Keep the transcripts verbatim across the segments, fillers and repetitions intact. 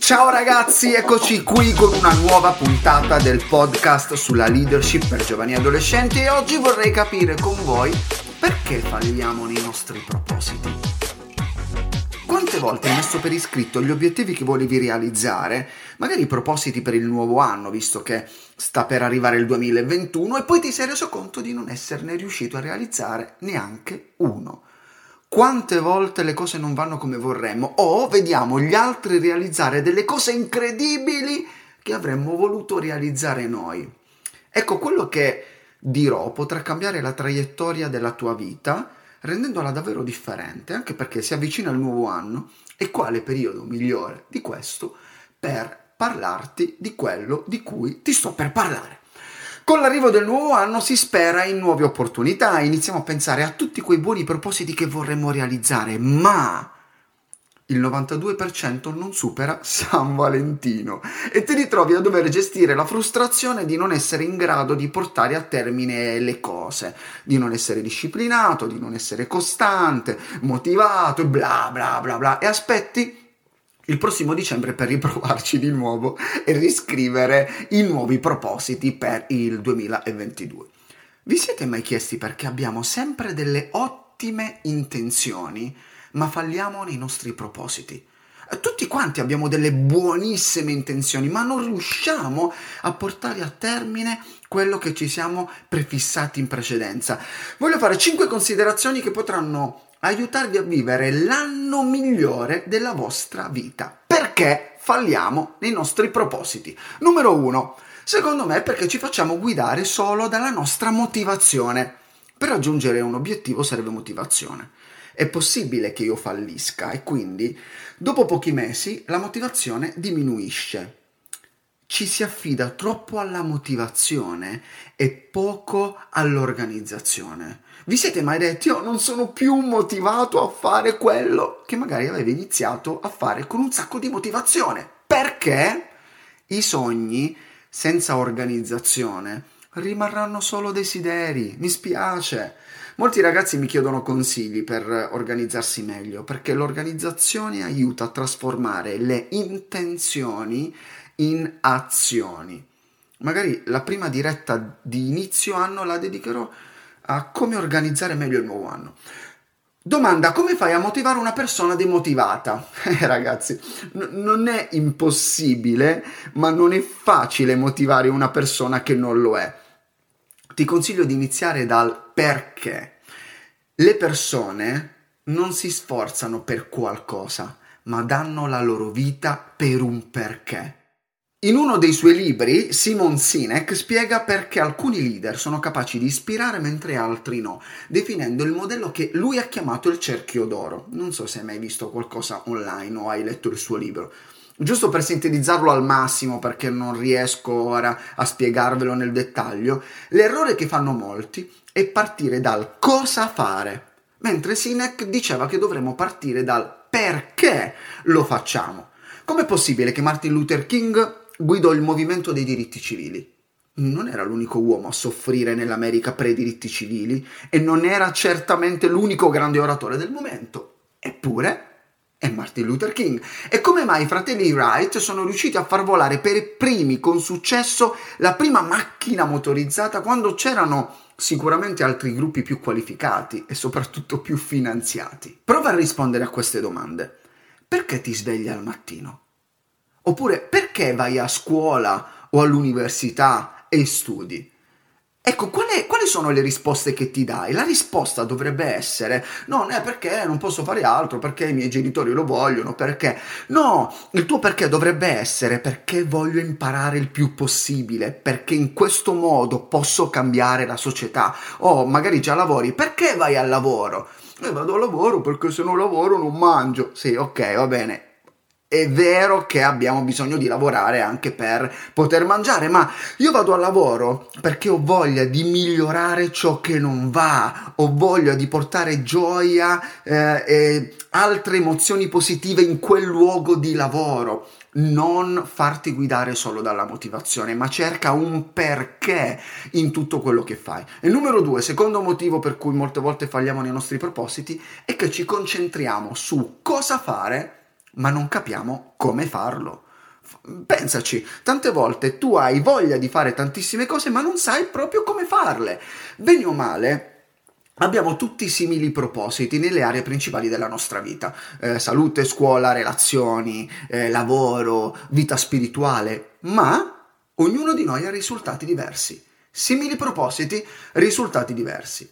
Ciao ragazzi, eccoci qui con una nuova puntata del podcast sulla leadership per giovani e adolescenti e oggi vorrei capire con voi perché falliamo nei nostri propositi. Quante volte hai messo per iscritto gli obiettivi che volevi realizzare, magari i propositi per il nuovo anno, visto che sta per arrivare il duemilaventuno, e poi ti sei reso conto di non esserne riuscito a realizzare neanche uno? Quante volte le cose non vanno come vorremmo o vediamo gli altri realizzare delle cose incredibili che avremmo voluto realizzare noi. Ecco, quello che dirò potrà cambiare la traiettoria della tua vita rendendola davvero differente, anche perché si avvicina il nuovo anno e quale periodo migliore di questo per parlarti di quello di cui ti sto per parlare. Con l'arrivo del nuovo anno si spera in nuove opportunità, iniziamo a pensare a tutti quei buoni propositi che vorremmo realizzare, ma il novantadue per cento non supera San Valentino e ti ritrovi a dover gestire la frustrazione di non essere in grado di portare a termine le cose, di non essere disciplinato, di non essere costante, motivato, bla bla bla bla, e aspetti il prossimo dicembre per riprovarci di nuovo e riscrivere i nuovi propositi per il duemilaventidue. Vi siete mai chiesti perché abbiamo sempre delle ottime intenzioni, ma falliamo nei nostri propositi? Tutti quanti abbiamo delle buonissime intenzioni, ma non riusciamo a portare a termine quello che ci siamo prefissati in precedenza. Voglio fare cinque considerazioni che potranno aiutarvi a vivere l'anno migliore della vostra vita. Perché falliamo nei nostri propositi? Numero uno, secondo me perché ci facciamo guidare solo dalla nostra motivazione. Per raggiungere un obiettivo serve motivazione. È possibile che io fallisca e quindi dopo pochi mesi la motivazione diminuisce. Ci si affida troppo alla motivazione e poco all'organizzazione. Vi siete mai detti, io non sono più motivato a fare quello che magari avevi iniziato a fare con un sacco di motivazione? Perché i sogni senza organizzazione rimarranno solo desideri. Mi spiace. Molti ragazzi mi chiedono consigli per organizzarsi meglio, perché l'organizzazione aiuta a trasformare le intenzioni in azioni. Magari la prima diretta di inizio anno la dedicherò a come organizzare meglio il nuovo anno. Domanda: come fai a motivare una persona demotivata? Eh ragazzi, n- non è impossibile, ma non è facile motivare una persona che non lo è. Ti consiglio di iniziare dal perché. Le persone non si sforzano per qualcosa, ma danno la loro vita per un perché. In uno dei suoi libri, Simon Sinek spiega perché alcuni leader sono capaci di ispirare mentre altri no, definendo il modello che lui ha chiamato il cerchio d'oro. Non so se hai mai visto qualcosa online o hai letto il suo libro. Giusto per sintetizzarlo al massimo, perché non riesco ora a spiegarvelo nel dettaglio, l'errore che fanno molti è partire dal cosa fare, mentre Sinek diceva che dovremmo partire dal perché lo facciamo. Com'è possibile che Martin Luther King guidò il movimento dei diritti civili? Non era l'unico uomo a soffrire nell'America pre-diritti civili e non era certamente l'unico grande oratore del momento. Eppure è Martin Luther King. E come mai i fratelli Wright sono riusciti a far volare per primi con successo la prima macchina motorizzata quando c'erano sicuramente altri gruppi più qualificati e soprattutto più finanziati? Prova a rispondere a queste domande. Perché ti svegli al mattino? Oppure perché vai a scuola o all'università e studi? Ecco, quali, quali sono le risposte che ti dai? La risposta dovrebbe essere: no, non è perché non posso fare altro, perché i miei genitori lo vogliono, perché... No, il tuo perché dovrebbe essere: perché voglio imparare il più possibile, perché in questo modo posso cambiare la società. O magari già lavori, perché vai al lavoro? Io vado al lavoro perché se non lavoro non mangio. Sì, ok, va bene. È vero che abbiamo bisogno di lavorare anche per poter mangiare, ma io vado al lavoro perché ho voglia di migliorare ciò che non va, ho voglia di portare gioia eh, e altre emozioni positive in quel luogo di lavoro. Non farti guidare solo dalla motivazione, ma cerca un perché in tutto quello che fai. E numero due, secondo motivo per cui molte volte falliamo nei nostri propositi, è che ci concentriamo su cosa fare, ma non capiamo come farlo. Pensaci, tante volte tu hai voglia di fare tantissime cose ma non sai proprio come farle. Bene o male, abbiamo tutti simili propositi nelle aree principali della nostra vita, eh, salute, scuola, relazioni, eh, lavoro, vita spirituale, ma ognuno di noi ha risultati diversi. Simili propositi, risultati diversi.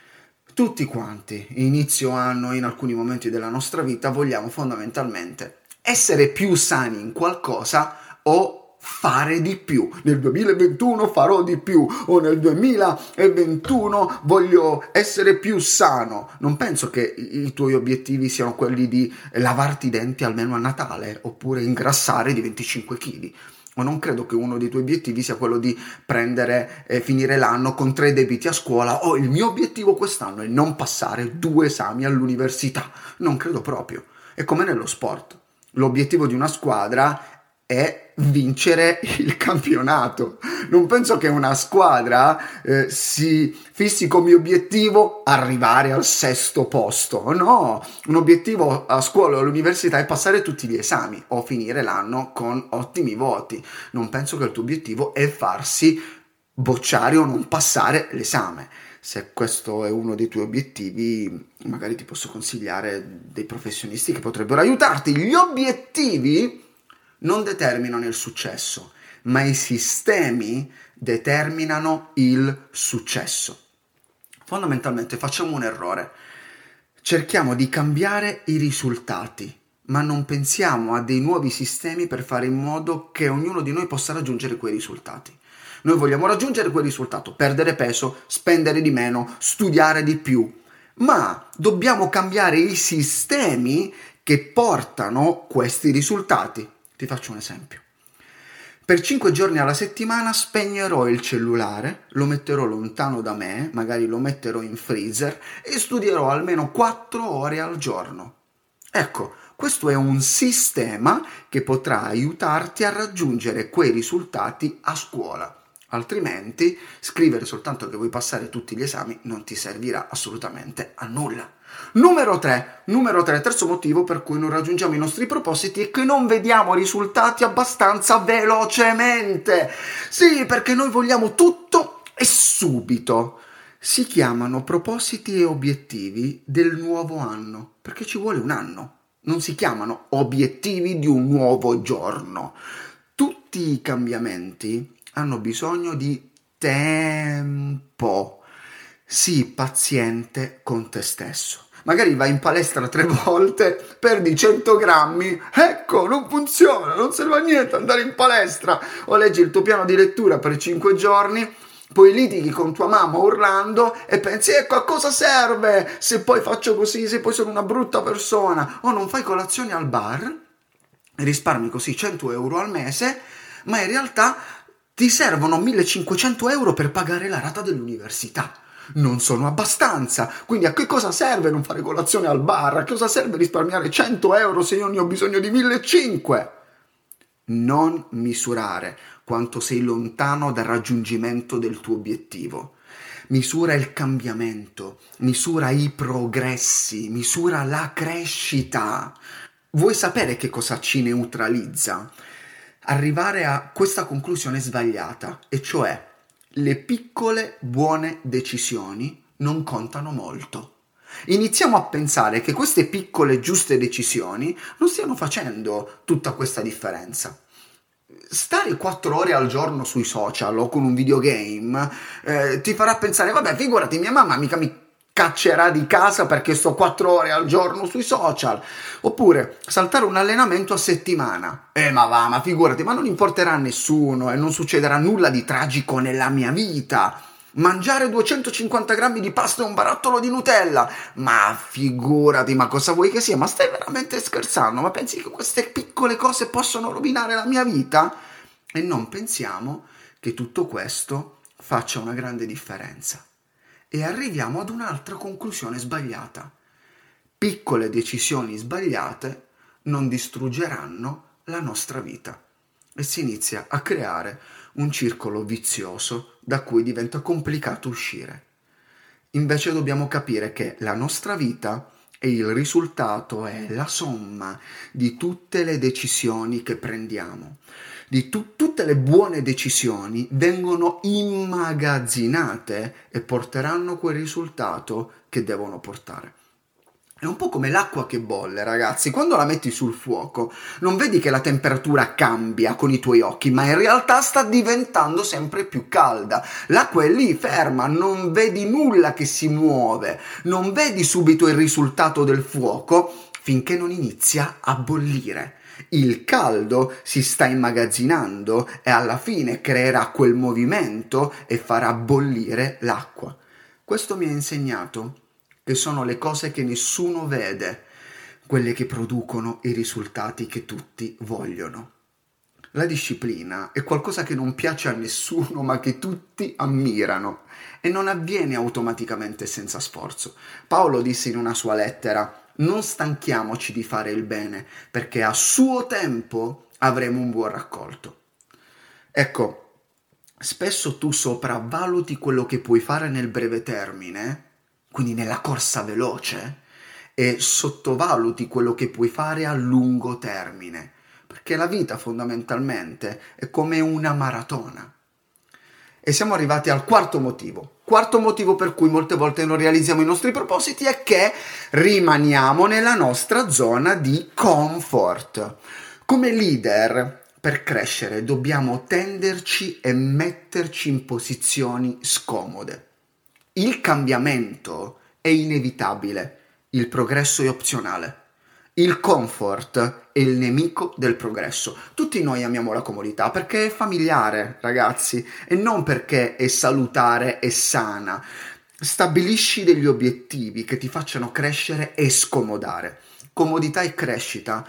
Tutti quanti, inizio anno, in alcuni momenti della nostra vita, vogliamo fondamentalmente essere più sani in qualcosa o fare di più. Nel duemilaventuno farò di più, o nel duemilaventuno voglio essere più sano. Non penso che i tuoi obiettivi siano quelli di lavarti i denti almeno a Natale, oppure ingrassare di venticinque chili. Ma non credo che uno dei tuoi obiettivi sia quello di prendere e eh, finire l'anno con tre debiti a scuola. O oh, il mio obiettivo quest'anno è non passare due esami all'università. Non credo proprio. È come nello sport. L'obiettivo di una squadra è vincere il campionato. Non penso che una squadra eh, si fissi come obiettivo arrivare al sesto posto. No, un obiettivo a scuola o all'università è passare tutti gli esami o finire l'anno con ottimi voti. Non penso che il tuo obiettivo è farsi bocciare o non passare l'esame. Se questo è uno dei tuoi obiettivi, magari ti posso consigliare dei professionisti che potrebbero aiutarti. Gli obiettivi non determinano il successo, ma i sistemi determinano il successo. Fondamentalmente facciamo un errore. Cerchiamo di cambiare i risultati, ma non pensiamo a dei nuovi sistemi per fare in modo che ognuno di noi possa raggiungere quei risultati. Noi vogliamo raggiungere quel risultato, perdere peso, spendere di meno, studiare di più, ma dobbiamo cambiare i sistemi che portano questi risultati. Ti faccio un esempio. Per cinque giorni alla settimana spegnerò il cellulare, lo metterò lontano da me, magari lo metterò in freezer e studierò almeno quattro ore al giorno. Ecco, questo è un sistema che potrà aiutarti a raggiungere quei risultati a scuola. Altrimenti, scrivere soltanto che vuoi passare tutti gli esami non ti servirà assolutamente a nulla. Numero tre, numero tre, terzo motivo per cui non raggiungiamo i nostri propositi è che non vediamo risultati abbastanza velocemente. Sì, perché noi vogliamo tutto e subito. Si chiamano propositi e obiettivi del nuovo anno, perché ci vuole un anno. Non si chiamano obiettivi di un nuovo giorno. Tutti i cambiamenti hanno bisogno di tempo. Sii paziente con te stesso. Magari vai in palestra tre volte, perdi cento grammi, ecco, non funziona, non serve a niente andare in palestra. O leggi il tuo piano di lettura per cinque giorni, poi litighi con tua mamma urlando e pensi, ecco, a cosa serve se poi faccio così, se poi sono una brutta persona. O non fai colazione al bar, risparmi così cento euro al mese, ma in realtà ti servono millecinquecento euro per pagare la rata dell'università. Non sono abbastanza, quindi a che cosa serve non fare colazione al bar? A cosa serve risparmiare cento euro se io ne ho bisogno di millecinquecento? Non misurare quanto sei lontano dal raggiungimento del tuo obiettivo. Misura il cambiamento, misura i progressi, misura la crescita. Vuoi sapere che cosa ci neutralizza? Arrivare a questa conclusione sbagliata, e cioè le piccole buone decisioni non contano molto. Iniziamo a pensare che queste piccole giuste decisioni non stiano facendo tutta questa differenza. Stare quattro ore al giorno sui social o con un videogame eh, ti farà pensare, vabbè, figurati, mia mamma mica mi caccerà di casa perché sto quattro ore al giorno sui social. Oppure saltare un allenamento a settimana. Eh ma va, ma figurati, ma non importerà a nessuno e non succederà nulla di tragico nella mia vita. Mangiare duecentocinquanta grammi di pasta e un barattolo di Nutella. Ma figurati, ma cosa vuoi che sia? Ma stai veramente scherzando? Ma pensi che queste piccole cose possono rovinare la mia vita? E non pensiamo che tutto questo faccia una grande differenza. E arriviamo ad un'altra conclusione sbagliata. Piccole decisioni sbagliate non distruggeranno la nostra vita. E si inizia a creare un circolo vizioso da cui diventa complicato uscire. Invece dobbiamo capire che la nostra vita e il risultato è la somma di tutte le decisioni che prendiamo. Di tu- tutte le buone decisioni vengono immagazzinate e porteranno quel risultato che devono portare. È un po' come l'acqua che bolle, ragazzi. Quando la metti sul fuoco, non vedi che la temperatura cambia con i tuoi occhi, ma in realtà sta diventando sempre più calda. L'acqua è lì, ferma, non vedi nulla che si muove, non vedi subito il risultato del fuoco finché non inizia a bollire. Il caldo si sta immagazzinando e alla fine creerà quel movimento e farà bollire l'acqua. Questo mi ha insegnato che sono le cose che nessuno vede, quelle che producono i risultati che tutti vogliono. La disciplina è qualcosa che non piace a nessuno, ma che tutti ammirano e non avviene automaticamente senza sforzo. Paolo disse in una sua lettera: non stanchiamoci di fare il bene, perché a suo tempo avremo un buon raccolto. Ecco, spesso tu sopravvaluti quello che puoi fare nel breve termine, quindi nella corsa veloce, e sottovaluti quello che puoi fare a lungo termine, perché la vita fondamentalmente è come una maratona. E siamo arrivati al quarto motivo. Quarto motivo per cui molte volte non realizziamo i nostri propositi è che rimaniamo nella nostra zona di comfort. Come leader, per crescere, dobbiamo tenderci e metterci in posizioni scomode. Il cambiamento è inevitabile, il progresso è opzionale. Il comfort è il nemico del progresso. Tutti noi amiamo la comodità perché è familiare, ragazzi, e non perché è salutare e sana. Stabilisci degli obiettivi che ti facciano crescere e scomodare. Comodità e crescita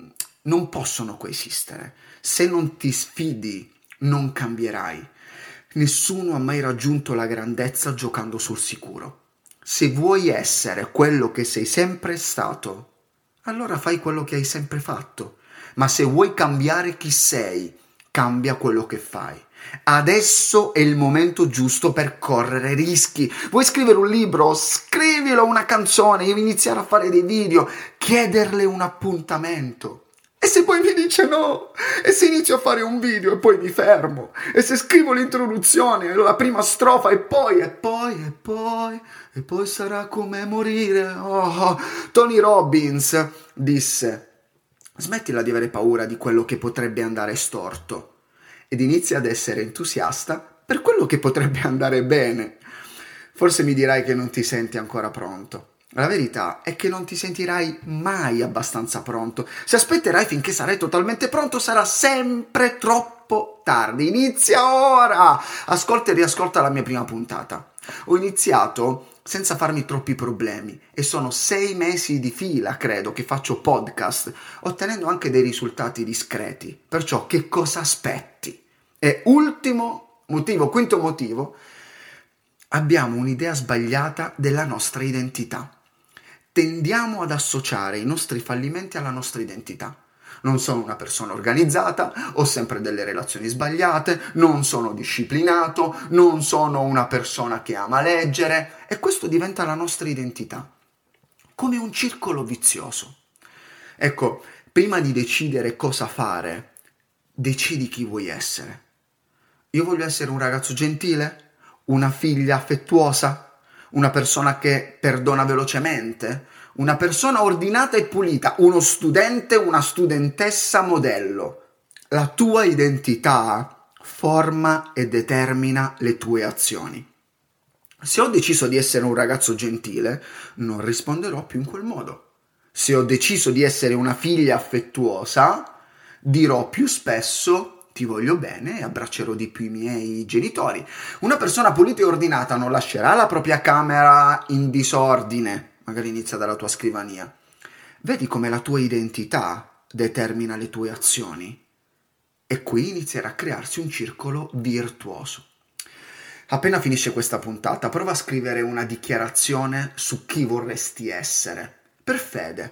non possono coesistere. Se non ti sfidi, non cambierai. Nessuno ha mai raggiunto la grandezza giocando sul sicuro. Se vuoi essere quello che sei sempre stato, allora fai quello che hai sempre fatto. Ma se vuoi cambiare chi sei, cambia quello che fai. Adesso è il momento giusto per correre rischi. Vuoi scrivere un libro? Scrivilo, una canzone, devi iniziare a fare dei video, chiederle un appuntamento. E se poi mi dice no? E se inizio a fare un video e poi mi fermo? E se scrivo l'introduzione, la prima strofa e poi, e poi, e poi, e poi sarà come morire? Oh, Tony Robbins disse: smettila di avere paura di quello che potrebbe andare storto ed inizia ad essere entusiasta per quello che potrebbe andare bene. Forse mi dirai che non ti senti ancora pronto. La verità è che non ti sentirai mai abbastanza pronto. Se aspetterai finché sarai totalmente pronto, sarà sempre troppo tardi. Inizia ora! Ascolta e riascolta la mia prima puntata. Ho iniziato senza farmi troppi problemi e sono sei mesi di fila, credo, che faccio podcast, ottenendo anche dei risultati discreti. Perciò che cosa aspetti? E ultimo motivo, quinto motivo, abbiamo un'idea sbagliata della nostra identità. Tendiamo ad associare i nostri fallimenti alla nostra identità. Non sono una persona organizzata, ho sempre delle relazioni sbagliate, non sono disciplinato, non sono una persona che ama leggere, e questo diventa la nostra identità, come un circolo vizioso. Ecco, prima di decidere cosa fare, decidi chi vuoi essere. Io voglio essere un ragazzo gentile, una figlia affettuosa, una persona che perdona velocemente, una persona ordinata e pulita, uno studente, una studentessa modello. La tua identità forma e determina le tue azioni. Se ho deciso di essere un ragazzo gentile, non risponderò più in quel modo. Se ho deciso di essere una figlia affettuosa, dirò più spesso ti voglio bene e abbraccerò di più i miei genitori. Una persona pulita e ordinata non lascerà la propria camera in disordine, magari inizia dalla tua scrivania. Vedi come la tua identità determina le tue azioni? E qui inizierà a crearsi un circolo virtuoso. Appena finisce questa puntata, prova a scrivere una dichiarazione su chi vorresti essere, per fede.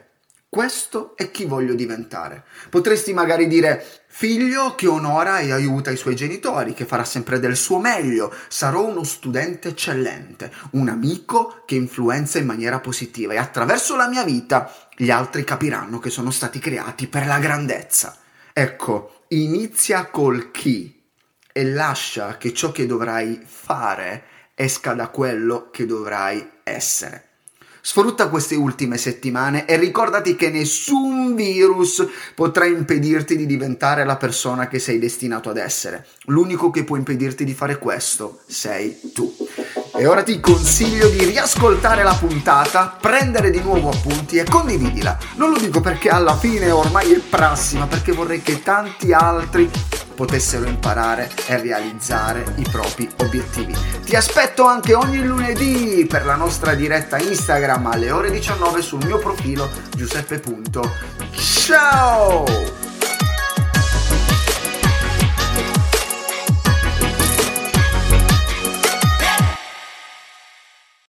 Questo è chi voglio diventare. Potresti magari dire: figlio che onora e aiuta i suoi genitori, che farà sempre del suo meglio, sarò uno studente eccellente, un amico che influenza in maniera positiva e attraverso la mia vita gli altri capiranno che sono stati creati per la grandezza. Ecco, inizia col chi e lascia che ciò che dovrai fare esca da quello che dovrai essere. Sfrutta queste ultime settimane e ricordati che nessun virus potrà impedirti di diventare la persona che sei destinato ad essere. L'unico che può impedirti di fare questo sei tu. E ora ti consiglio di riascoltare la puntata, prendere di nuovo appunti e condividila. Non lo dico perché alla fine ormai è prassi, ma perché vorrei che tanti altri potessero imparare e realizzare i propri obiettivi. Ti aspetto anche ogni lunedì per la nostra diretta Instagram alle ore diciannove sul mio profilo Giuseppe. Ciao!